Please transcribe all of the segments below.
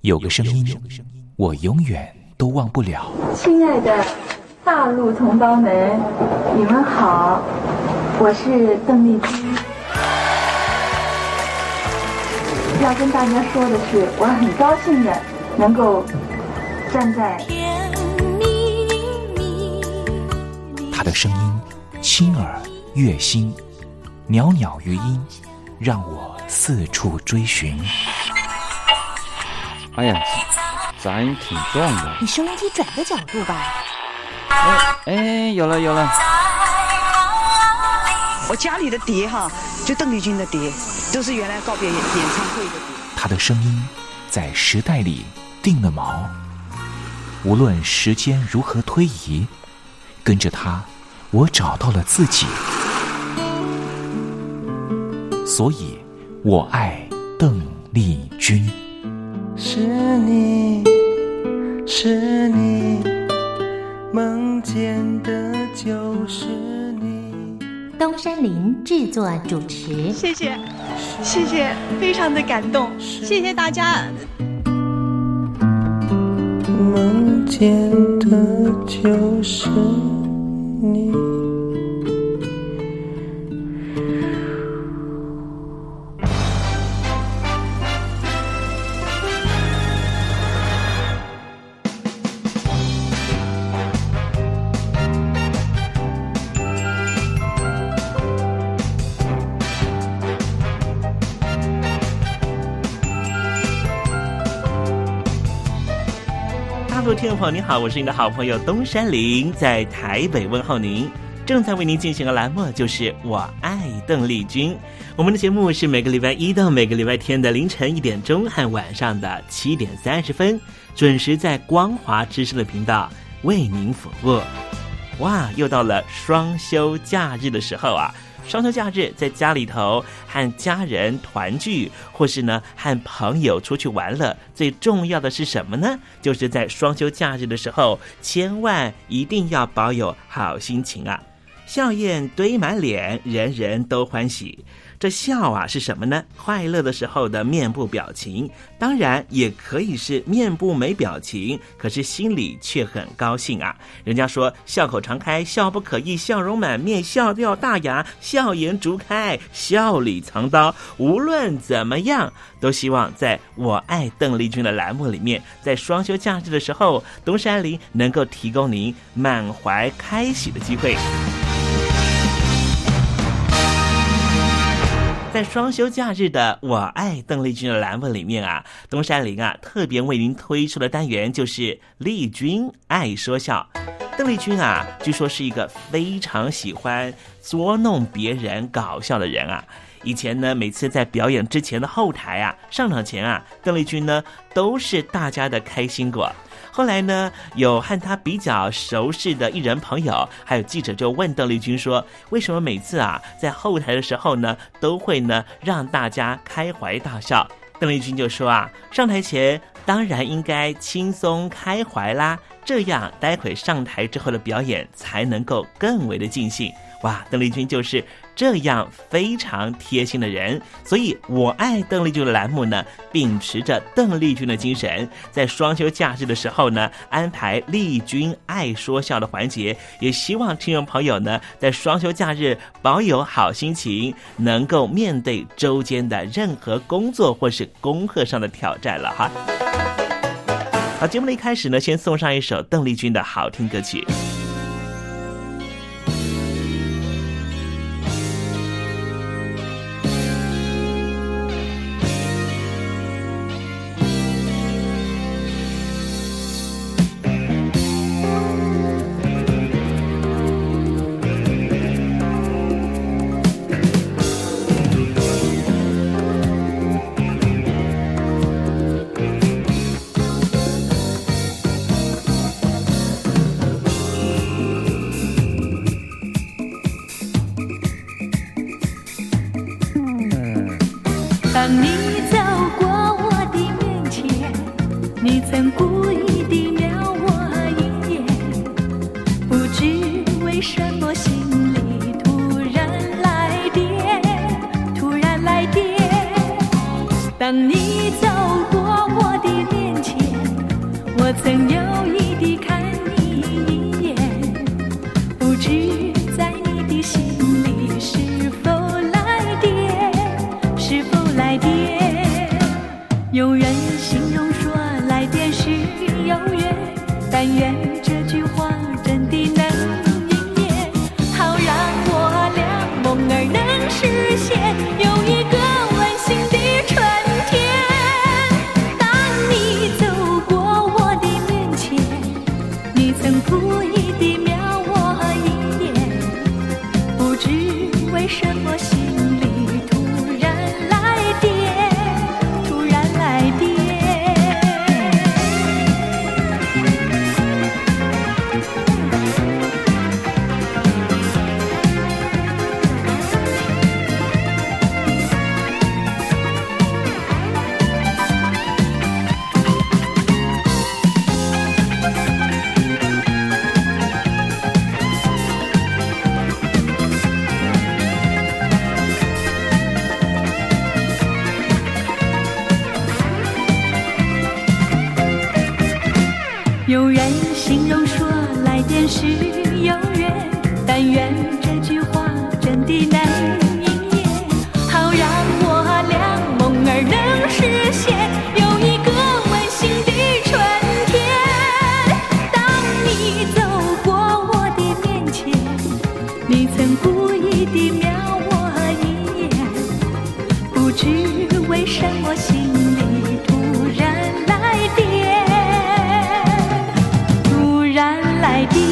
有个声音，我永远都忘不了。 亲爱的大陆同胞们，你们好，我是邓丽君。要跟大家说的是，我很高兴的能够站在她的声音轻耳悦心，袅袅余音，让我四处追寻。 哎呀，咱挺壮的。 你收音机转个角度吧。 哎，有了。 我家里的碟哈，就邓丽君的碟，都是原来告别演唱会的碟。 她的声音在时代里定了锚，无论时间如何推移，跟着她，我找到了自己。所以，我爱邓丽君。 是你，梦见的就是你。 东山林制作主持。 谢谢，非常的感动，谢谢大家。 梦见的就是你。 各位听众朋友您好，我是您的好朋友东山林，在台北问候您。正在为您进行的栏目就是我爱邓丽君。我们的节目是每个礼拜一到每个礼拜天的凌晨1点钟和晚上的7点30分，准时在光华之声的频道为您服务。哇，又到了双休假日的时候啊！双休假日在家里头和家人团聚，或是呢和朋友出去玩乐，最重要的是什么呢？就是在双休假日的时候，千万一定要保有好心情啊！笑靥堆满脸，人人都欢喜。这笑啊是什么呢？快乐的时候的面部表情，当然也可以是面部没表情，可是心里却很高兴啊。人家说笑口常开，笑不可抑，笑容满面，笑掉大牙，笑颜逐开，笑里藏刀。无论怎么样，都希望在我爱邓丽君的栏目里面，在双休假日的时候，东山林能够提供您满怀开喜的机会。在双休假日的我爱邓丽君的栏目里面啊，东山林啊特别为您推出的单元就是丽君爱说笑。邓丽君啊，据说是一个非常喜欢捉弄别人搞笑的人啊。以前呢，每次在表演之前的后台啊，上场前啊，邓丽君呢都是大家的开心果。后来呢，有和他比较熟识的艺人朋友，还有记者就问邓丽君说，为什么每次啊在后台的时候呢，都会呢让大家开怀大笑？邓丽君就说啊，上台前当然应该轻松开怀啦，这样待会上台之后的表演才能够更为的尽兴。哇，邓丽君就是这样非常贴心的人，所以我爱邓丽君的栏目呢，秉持着邓丽君的精神，在双休假日的时候呢，安排丽君爱说笑的环节，也希望听众朋友呢，在双休假日保有好心情，能够面对周间的任何工作或是功课上的挑战了哈。好，节目的一开始呢，先送上一首邓丽君的好听歌曲。 当你走过我的面前，你曾故意地瞄我一眼，不知为什么心里突然来电。当你走过我的面曾有意地看你一眼，不知在你的心里是否来电，是否来电。有人形容说来电是永远，但愿这句话真的能应验，好让我俩梦儿能实现，有一个温馨的春天。当你走过我的面前，你曾故意地瞄我一眼，不知为什么心里突然来电，突然来电。有人形容说来电是永远，但愿这句话真的能应验，好让我俩梦儿能实现，有一个温馨的春天。当你走过我的面前，你曾故意地瞄我一眼，不知为什么心里突然来电，来电。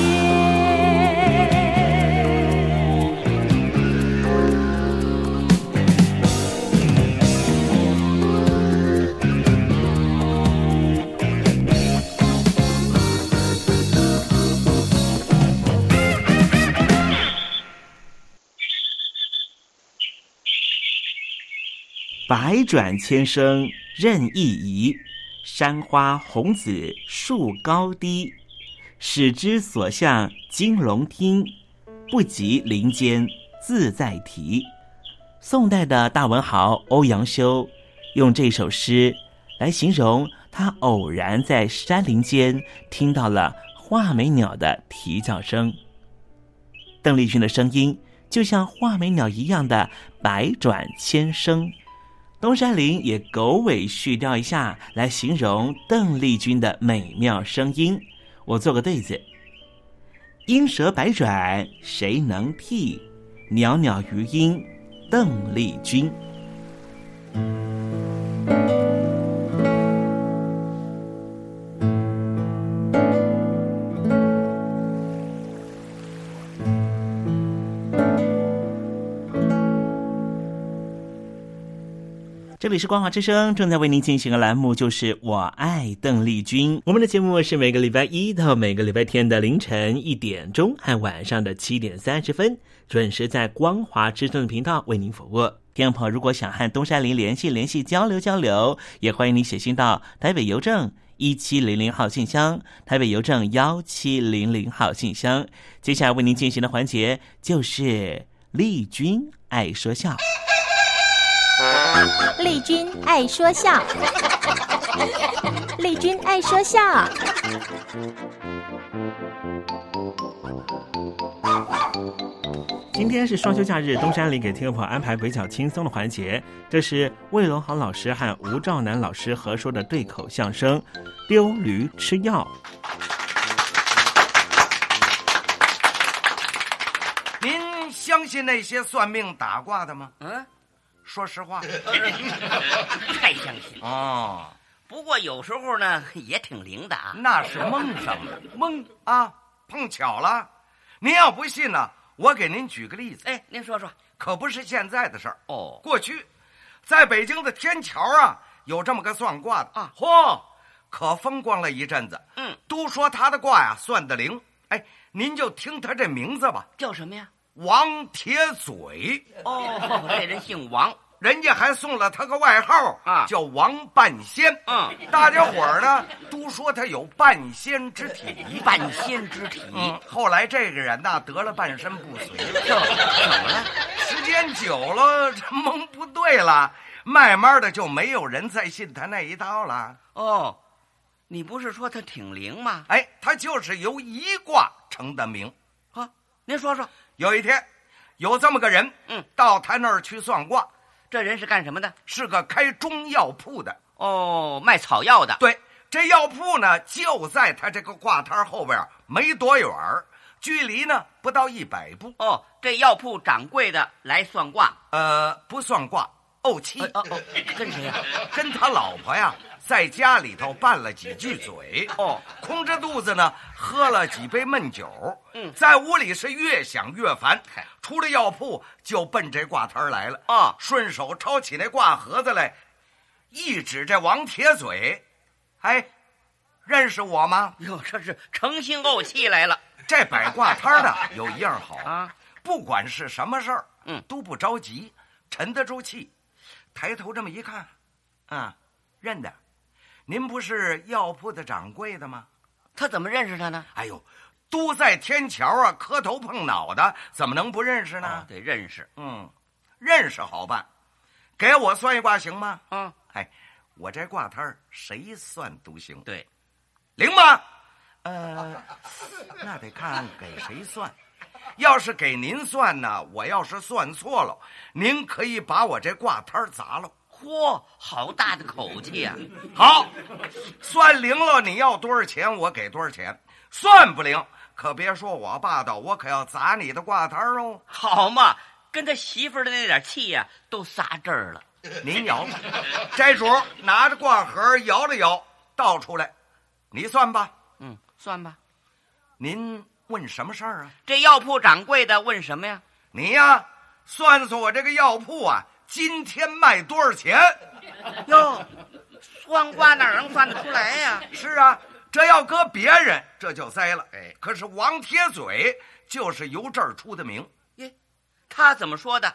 百转千声任意移，山花红紫树高低，使之所向金龙听，不及林间自在啼。宋代的大文豪欧阳修用这首诗来形容他偶然在山林间听到了画眉鸟的啼叫声。邓丽君的声音就像画眉鸟一样的百转千声，东山林也狗尾续貂一下来形容邓丽君的美妙声音。我做个对子：莺蛇百转谁能替，袅袅余音邓丽君。这里是光华之声，正在为您进行的栏目就是我爱邓丽君。我们的节目是每个礼拜一到每个礼拜天的凌晨1点钟和晚上的7点30分，准时在光华之声的频道为您服务。听众朋友如果想和东山林联系交流，也欢迎你写信到台北邮政1700号信箱，台北邮政1700号信箱。接下来为您进行的环节就是丽君爱说笑。 丽君爱说笑，丽君爱说笑。 今天是双休假日，东山林给听众朋友安排比较轻松的环节，这是魏龙豪老师和吴兆南老师合说的对口相声《丢驴吃药》。 您相信那些算命打卦的吗？说实话， 太相信哦。 不过有时候呢，也挺灵的啊。 那是蒙上的，蒙啊，碰巧了。您要不信呢，我给您举个例子。 哎，您说说， 可不是现在的事儿哦。 过去，在北京的天桥啊，有这么个算卦的啊， 嚯，可风光了一阵子。都说他的卦呀算得灵。哎，您就听他这名字吧， 叫什么呀？ 王铁嘴。 哦，这人姓王， 人家还送了他个外号啊， 叫王半仙。大家伙儿呢都说他有半仙之体。 半仙之体。 后来这个人呐得了半身不遂了。 怎么了？ 时间久了，这蒙不对了，慢慢的就没有人再信他那一套了。 哦， 你不是说它挺灵吗？ 哎，它就是由一卦成的名。 啊，您说说。 有一天，有这么个人，到他那儿去算卦。 这人是干什么的？ 是个开中药铺的。 哦，卖草药的。 对，这药铺呢就在他这个卦摊后边没多远，距离呢不到100步。 哦，这药铺掌柜的来算卦？ 不算卦，怄气。 跟谁呀？ 跟他老婆呀，在家里头拌了几句嘴。空着肚子呢，喝了几杯闷酒。在屋里是越想越烦，出了药铺就奔这卦摊来了。顺手抄起那卦盒子来，一指这王铁嘴，哎，认识我吗？ 哟，这是诚心怄气来了。 这摆卦摊的有一样好啊， 不管是什么事儿，都不着急，沉得住气。抬头这么一看，认得，您不是药铺的掌柜的吗？ 他怎么认识他呢？ 哎呦，都在天桥啊，磕头碰脑的，怎么能不认识呢？ 得认识。 认识好办，给我算一卦行吗？我这卦摊谁算都行。 对， 灵吗？那得看给谁算。要是给您算呢，我要是算错了，您可以把我这卦摊砸了。 嚯，好大的口气啊！ 好，算灵了，你要多少钱我给多少钱。算不灵，可别说我霸道，我可要砸你的卦摊哦。 好嘛，跟他媳妇儿的那点气呀，都撒这儿了。 您摇吧，这主拿着卦盒摇了摇，倒出来，你算吧。 算吧。 您问什么事儿啊？ 这药铺掌柜的问什么呀？ 你呀，算算我这个药铺啊，今天卖多少钱？ 哟，算卦哪能算得出来呀？ 是啊，这要搁别人这就栽了。可是王铁嘴就是由这儿出的名。 他怎么说的？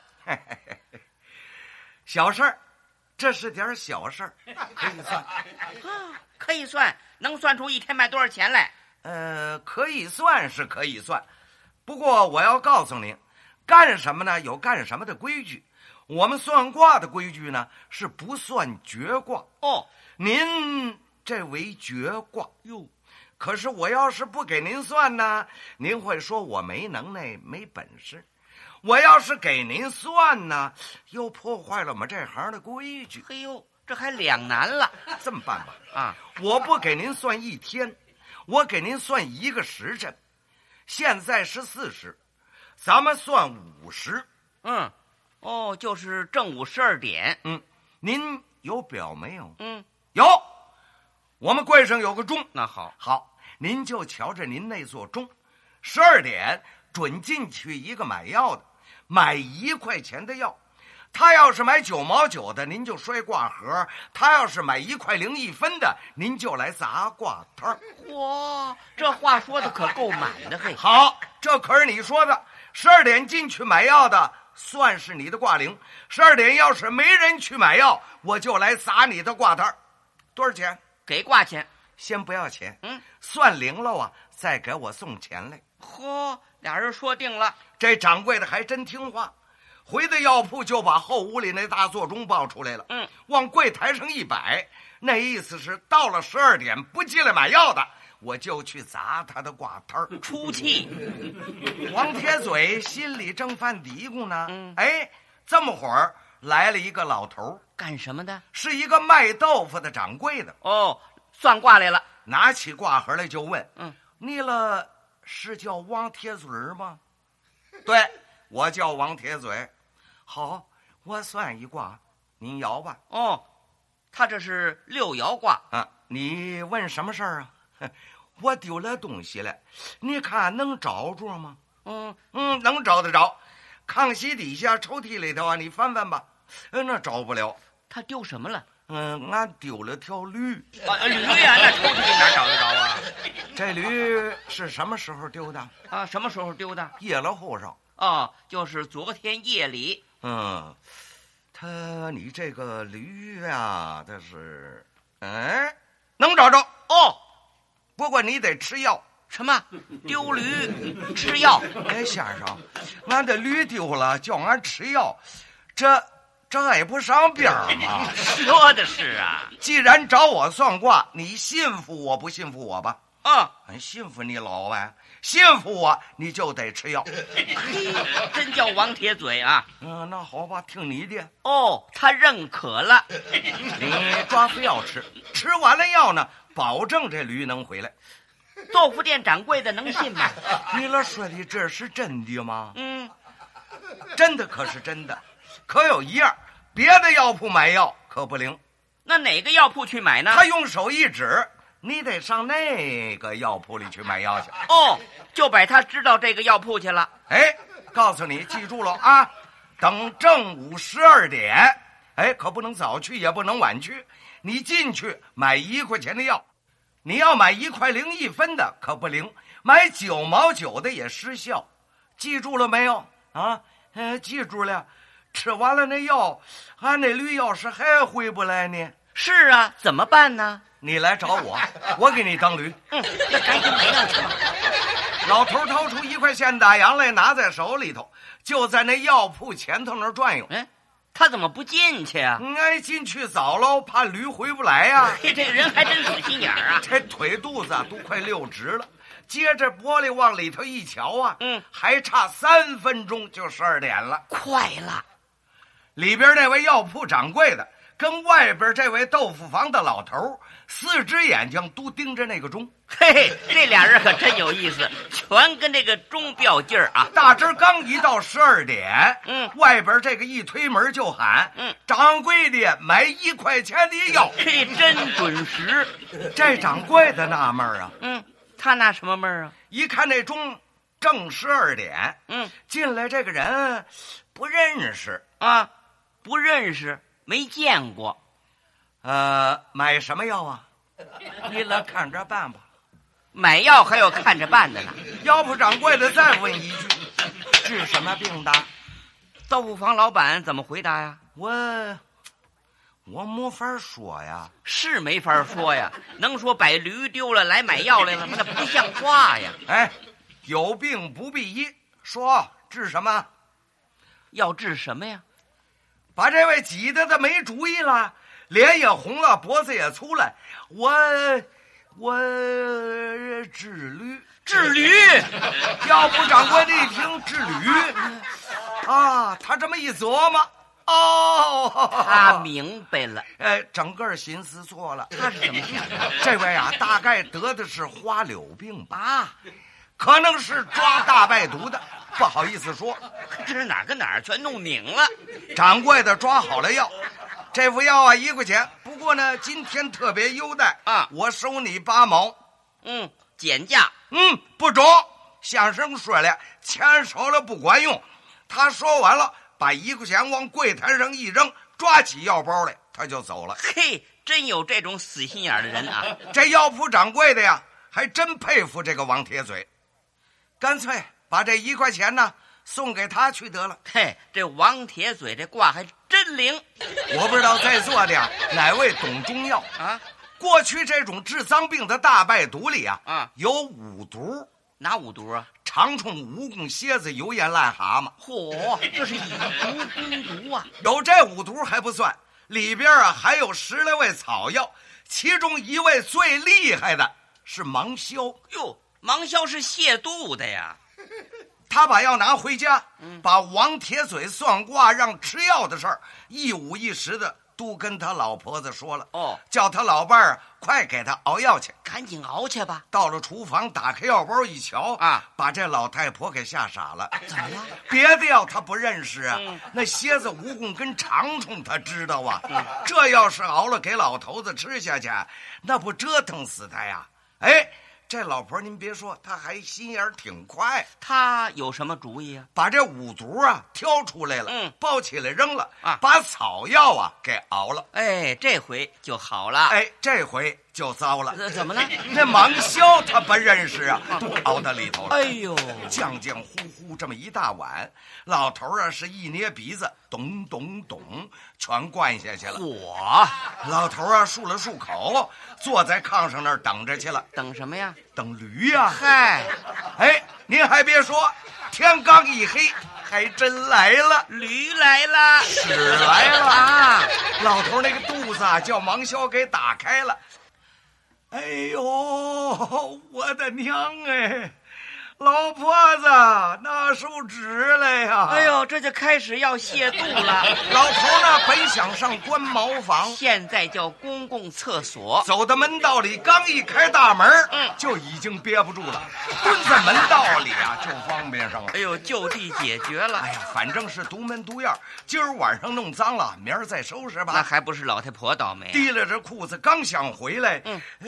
小事儿，这是点小事儿，可以算。 可以算，能算出一天卖多少钱来？ 可以算是可以算，不过我要告诉您，干什么呢？有干什么的规矩。我们算卦的规矩呢，是不算绝卦。您这为绝卦哟。可是我要是不给您算呢，您会说我没能耐没本事。我要是给您算呢，又破坏了我们这行的规矩。 嘿呦，这还两难了。 这么办吧，我不给您算一天，我给您算一个时辰。现在是4时，咱们算5时。 就是正午12点。 您有表没有？ 有。 我们柜上有个钟。 那好， 您就瞧着您那座钟，12点准进去一个买药的，买1块钱的药。他要是买9毛9的，您就摔挂盒；他要是买1块01分的，您就来砸挂摊。 哇，这话说的可够满的嘿。 好，这可是你说的。12点进去买药的，算是你的挂铃。12点要是没人去买药，我就来砸你的挂摊。多少钱？ 给挂钱。 先不要钱。算灵了啊，再给我送钱来。 俩人说定了。 这掌柜的还真听话，回到药铺就把后屋里那大座钟抱出来了。往柜台上一摆，那意思是到了12点不进来买药的，我就去砸他的挂摊儿。 出气。 王铁嘴心里正犯嘀咕呢。这么会儿来了一个老头。 干什么的？ 是一个卖豆腐的掌柜的。 算卦来了。 拿起挂盒来就问：你了是叫王铁嘴吗？对，我叫王铁嘴。好，我算一卦，您摇吧。 他这是6爻卦。 你问什么事儿啊？我丢了东西了，你看能找着吗？能找得着。炕席底下抽屉里头啊，你翻翻吧。那找不了。 他丢什么了？ 俺丢了条驴。 驴呀，那抽屉里哪找得着啊？ 这驴是什么时候丢的？ 什么时候丢的？ 夜了后晌。 就是昨天夜里。 你这个驴啊，它是能找着。不过你得吃药。 什么？丢驴吃药？ 先生，俺的驴丢了，叫俺吃药，这这挨不上边嘛。 说的是啊， 既然找我算卦，你信服我不信服我吧？ 很信服你老外，信服我你就得吃药。 真叫王铁嘴啊！ 那好吧，听你的。 他认可了。 你抓非要吃，吃完了药呢，保证这驴能回来。 豆腐店掌柜的能信吗？ 你老说的这是真的吗？真的可是真的。可有一样，别的药铺买药可不灵。 那哪个药铺去买呢？ 他用手一指，你得上那个药铺里去买药去。 就把他知道这个药铺去了。 告诉你，记住了啊，等正午12点，可不能早去，也不能晚去。你进去买1块钱的药，你要买1块01分的可不灵，买9毛9的也失效。记住了没有啊？记住了。吃完了那药，俺那驴要是还回不来呢？ 是啊，怎么办呢？ 你来找我，我给你当驴。 那赶紧买药去吧。 老头掏出1块现大洋来，拿在手里头，就在那药铺前头那转悠。 他怎么不进去啊？ 进去早喽，怕驴回不来呀。 这个人还真死心眼儿啊！ 这腿肚子都快溜直了。接着玻璃往里头一瞧啊，还差3分钟就12点了， 快了。 里边那位药铺掌柜的跟外边这位豆腐房的老头，4只眼睛都盯着那个钟。 这俩人可真有意思，全跟这个钟标劲儿啊。 大针刚一到12点，外边这个一推门就喊，掌柜的买1块钱的药。 真准时。 这掌柜的纳闷啊， 他纳什么闷儿啊？ 一看那钟正12点，进来这个人不认识啊，不认识，没见过。 买什么药啊？你来看着办吧。 买药还有看着办的呢。 药铺掌柜的再问一句，治什么病的？ 豆腐房老板怎么回答呀？ 我没法说呀。 是没法说呀，能说把驴丢了来买药来了吗？那不像话呀。 有病不必医，说治什么？ 要治什么呀？ 把这位挤得没主意了，脸也红了，脖子也粗了。我治驴。 治驴？ 药铺掌柜的一听治驴啊，他这么一琢磨， 他明白了。 整个心思错了。 他是怎么想的？ 这位啊，大概得的是花柳病吧，可能是抓大败毒的，不好意思说。 这是哪跟哪儿全弄拧了。 掌柜的抓好了药，这副药啊1块钱，不过呢今天特别优待啊，我收你8毛。 减价。 不中。相声说了，钱少了不管用。他说完了，把1块钱往柜台上一扔，抓起药包来，他就走了。 真有这种死心眼的人啊！ 这药铺掌柜的呀，还真佩服这个王铁嘴，干脆把这1块钱呢送给他去得了。 这王铁嘴这卦还真灵。 我不知道在座的哪位懂中药啊？ 过去这种治脏病的大败毒里有5毒。 哪5毒啊？ 长虫、蜈蚣、蝎子、油盐、癞蛤蟆。 这是以毒攻毒啊！ 有这5毒还不算，里边还有10来味草药，其中一味最厉害的是芒硝。 芒硝是泻肚的呀。 他把药拿回家，把王铁嘴算卦让吃药的事儿一五一十的都跟他老婆子说了。叫他老伴儿快给他熬药去。 赶紧熬去吧。 到了厨房，打开药包一瞧啊， 把这老太婆给吓傻了。 怎么了？ 别的药他不认识啊，那蝎子、蜈蚣跟长虫他知道啊。这要是熬了给老头子吃下去，那不折腾死他呀。这老婆您别说，她还心眼挺快。 她有什么主意啊？ 把这5毒挑出来了，包起来扔了啊， 把草药给熬了。 这回就好了。 这回就糟了。 怎么了？ 那芒硝他不认识啊，都熬到里头了。浆浆糊糊这么一大碗，老头是一捏鼻子，咚咚咚，全灌下去了。老头漱了漱口，坐在炕上那儿等着去了。 等什么呀？ 等驴呀。 嗨， 您还别说，天刚一黑， 还真来了， 驴来了， 屎来了啊！ 老头那个肚子啊，叫王潇给打开了。哎呦，我的娘哎！老婆子，拿手指来呀！ 哎呦，这就开始要泄肚了。 老头呢，本想上关茅房， 现在叫公共厕所。 走到门道里，刚一开大门，就已经憋不住了，蹲在门道里啊，就方便上了。 哎呦，就地解决了。 哎呀，反正是独门独院，今儿晚上弄脏了，明儿再收拾吧。 那还不是老太婆倒霉啊？ 提了着裤子刚想回来，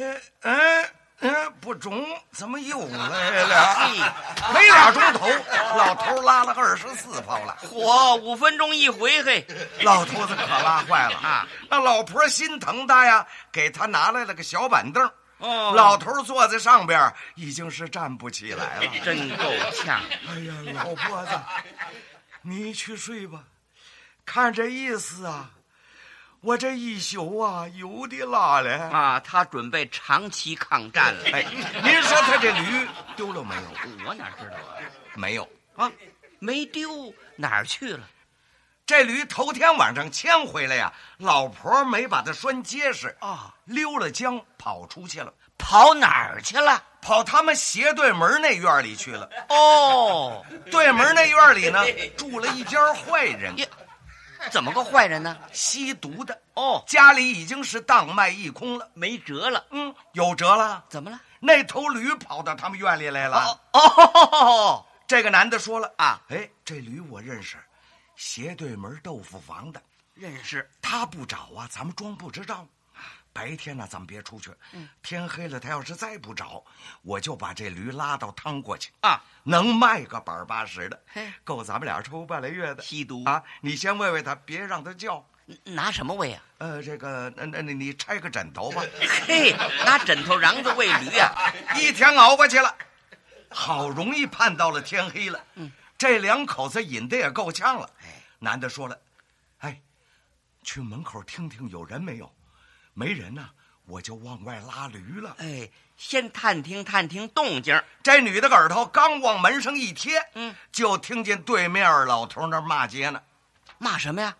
不中，怎么又来了？没2钟头，老头拉了24泡了。 嚯，5分钟一回嘿！ 老头子可拉坏了啊！那老婆心疼他呀，给他拿来了个小板凳。 哦， 老头坐在上边，已经是站不起来了， 真够呛。 哎呀，老婆子，你去睡吧。看这意思啊，我这一宿啊，有的拉了啊！他准备长期抗战了。 哎，您说他这驴丢了没有？ 我哪知道啊？ 没有啊，没丢，哪儿去了？ 这驴头天晚上牵回来呀，老婆没把它拴结实啊， 溜了缰跑出去了。 跑哪儿去了？ 跑他们斜对门那院里去了。 哦， 对门那院里呢，住了一家坏人。 怎么个坏人呢？ 吸毒的。 哦， 家里已经是当卖一空了， 没辙了。 有辙了。 怎么了？ 那头驴跑到他们院里来了。 哦， 这个男的说了啊， 哎，这驴我认识，斜对门豆腐房的。 认识。 他不找啊，咱们装不知道。白天呢，咱们别出去。天黑了，他要是再不找，我就把这驴拉到汤过去啊， 能卖个100、80的，够咱们俩抽半来月的。 吸毒啊，你先喂喂他，别让他叫。 拿什么喂啊？ 这个，你拆个枕头吧。 嘿，拿枕头瓤子喂驴啊！ 一天熬过去了，好容易盼到了天黑了。这2口子饮得也够呛了。男的说了，哎，去门口听听有人没有。没人呢，我就往外拉驴了。 哎，先探听探听动静。 这女的耳朵刚往门上一贴，就听见对面老头那骂街呢。 骂什么呀？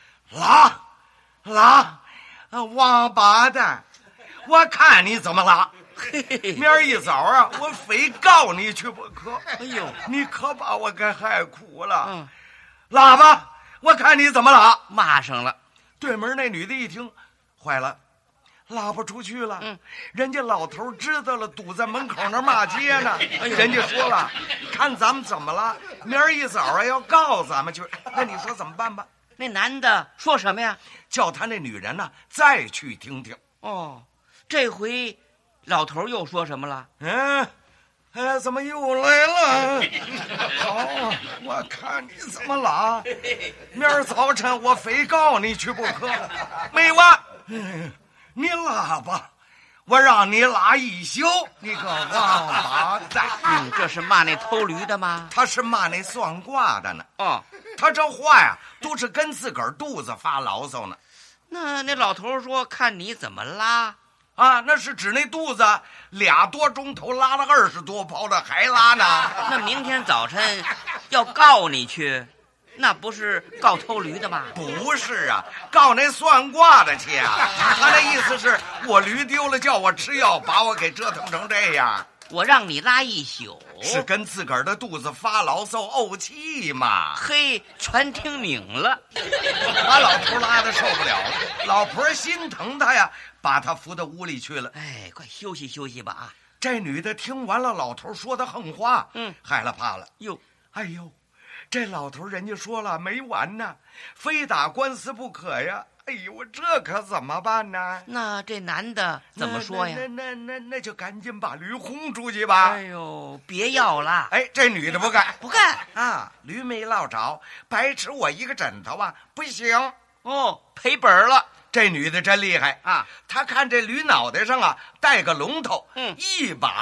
拉，王八蛋！我看你怎么拉。明儿一早啊，我非告你去不可。 哎呦， 你可把我给害苦了。拉吧，我看你怎么拉。 骂上了。 对门那女的一听，坏了。拉不出去了，人家老头知道了，堵在门口那骂街呢。人家说了，看咱们怎么了，明儿一早啊要告咱们去。那你说怎么办吧？ 那男的说什么呀？ 叫他那女人呢再去听听。 哦，这回老头又说什么了？ 怎么又来了？好，我看你怎么拉。明儿早晨我非告你去不可。没完。你拉吧，我让你拉一宿，你个王八蛋！ 这是骂那偷驴的吗？ 他是骂那算卦的呢。 哦， 他这话呀，都是跟自个儿肚子发牢骚呢。 那老头说看你怎么拉啊？那是指那肚子2多钟头拉了20多泡的还拉呢。 那明天早晨要告你去。那不是告偷驴的吗？ 不是啊，告那算卦的去啊！他那意思是我驴丢了，叫我吃药，把我给折腾成这样。 我让你拉一宿， 是跟自个儿的肚子发牢骚怄气嘛？ 嘿，全听明了， 把老头拉的受不了了。老婆心疼他呀，把他扶到屋里去了。 哎，快休息休息吧啊！ 这女的听完了老头说的横话，害了怕了。 哟， 哎呦！这老头人家说了没完呢，非打官司不可呀！哎呦，这可怎么办呢？ 那这男的怎么说呀？ 那就赶紧把驴轰出去吧！ 哎呦，别要了！ 哎，这女的不干啊！ 驴没落着，白吃我一个枕头啊，不行哦，赔本了。 这女的真厉害啊！她看这驴脑袋上啊带个龙头，一把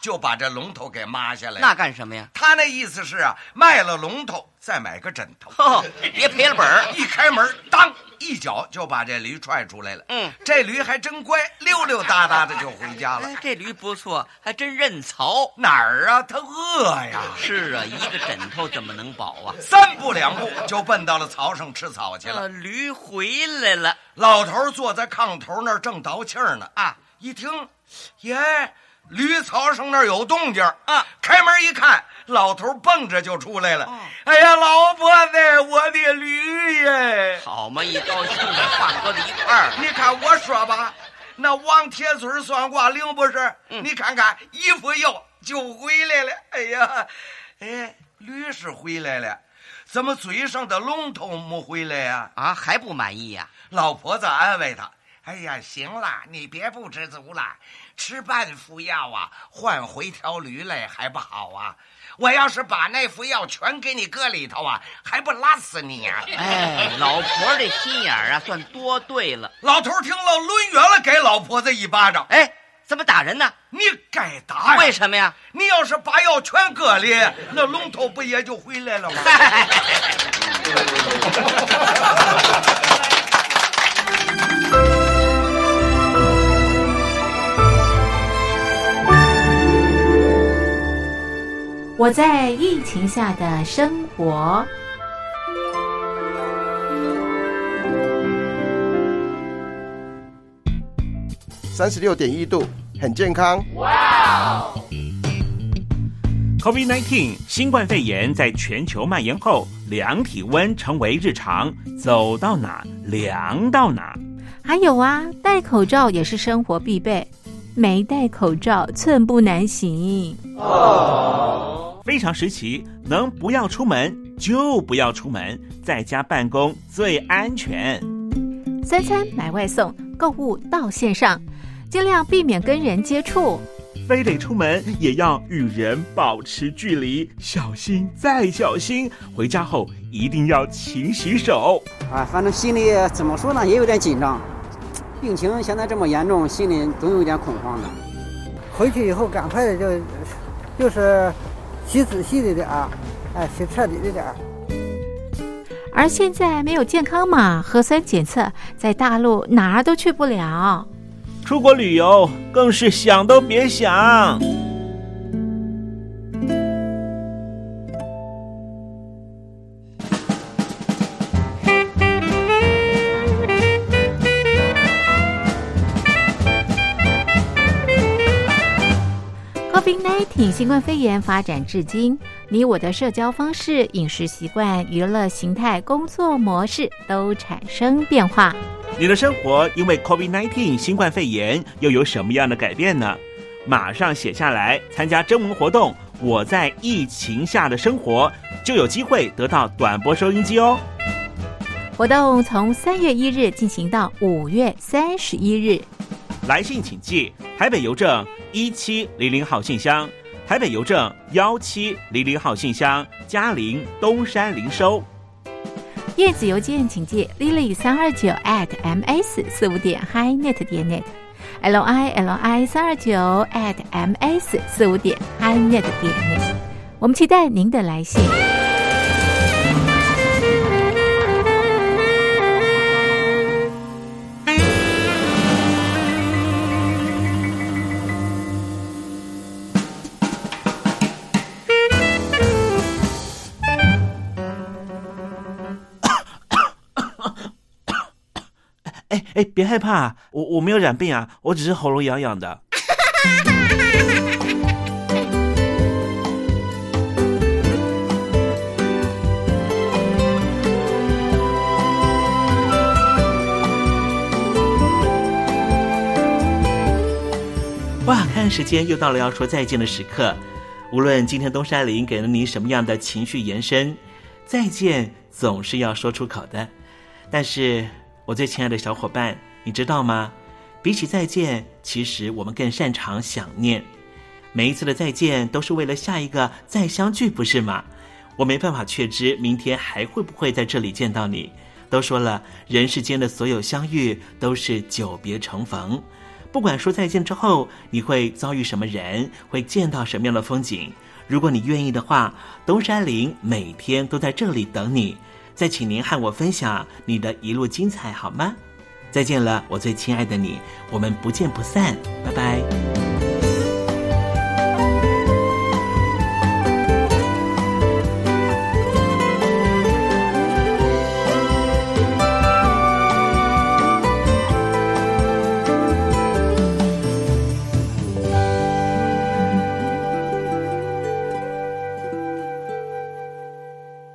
就把这龙头给抹下来了。 那干什么呀？ 他那意思是啊，卖了龙头再买个枕头， 别赔了本儿。 一开门，当一脚就把这驴踹出来了。这驴还真乖，溜溜达达的就回家了。 这驴不错，还真认槽。 哪儿啊？他饿呀。 是啊，一个枕头怎么能饱啊 ？3步2步就奔到了槽上吃草去了。 驴回来了， 老头坐在炕头那儿正倒气儿呢。一听，耶，驴槽上那儿有动静啊！开门一看，老头蹦着就出来了。哎呀，老婆子，我的驴耶！ 好嘛，一高兴的放搁在一块儿。 你看我说吧，那王铁嘴算卦灵不是？你看看一副药就回来了。哎呀，驴是回来了，怎么嘴上的龙头没回来呀？ 还不满意呀？ 老婆子安慰他。哎呀，行了，你别不知足了，吃半副药啊，换回条驴来还不好啊？我要是把那副药全给你搁里头啊，还不拉死你啊？ 老婆这心眼儿啊，算多对了。 老头听了，抡圆了给老婆子一巴掌。 怎么打人呢？ 你该打呀！ 为什么呀？ 你要是把药全搁里，那龙头不也就回来了吗？ 我在疫情下的生活。 36.1度，很健康。 哇！COVID-19 新冠肺炎在全球蔓延后，量体温成为日常，走到哪量到哪。 还有啊，戴口罩也是生活必备，没戴口罩寸步难行。 非常时期，能不要出门就不要出门，在家办公最安全。 3餐买外送，购物到线上，尽量避免跟人接触。 非得出门也要与人保持距离，小心再小心。回家后一定要勤洗手。 反正心里怎么说呢，也有点紧张。病情现在这么严重，心里总有一点恐慌的。 回去以后赶快的就是洗仔细的点儿，洗彻底的点儿。 而现在没有健康码、核酸检测，在大陆哪儿都去不了。 出国旅游更是想都别想。 COVID-19 新冠肺炎发展至今，你我的社交方式、饮食习惯、娱乐形态、工作模式都产生变化。 你的生活因为 COVID-19 新冠肺炎又有什么样的改变呢？马上写下来，参加征文活动，我在疫情下的生活，就有机会得到短波收音机哦。 活动从3月1日进行到5月31日。 来信请寄台北邮政1700号信箱，台北邮政1700号信箱，嘉陵东山零收。 电子邮件请寄 lily329@ms45.highnet.net lili329@ms45.highnet.net。我们期待您的来信。 别害怕，我没有染病啊，我只是喉咙痒痒的。哇，看时间又到了要说再见的时刻。无论今天东山林给了你什么样的情绪延伸，再见总是要说出口的。但是我最亲爱的小伙伴，你知道吗？比起再见，其实我们更擅长想念。每一次的再见都是为了下一个再相聚，不是吗？我没办法确知明天还会不会在这里见到你。都说了，人世间的所有相遇都是久别重逢。 不管说再见之后你会遭遇什么人，会见到什么样的风景，如果你愿意的话，东山林每天都在这里等你，再请您和我分享你的一路精彩好吗？再见了，我最亲爱的你，我们不见不散，拜拜。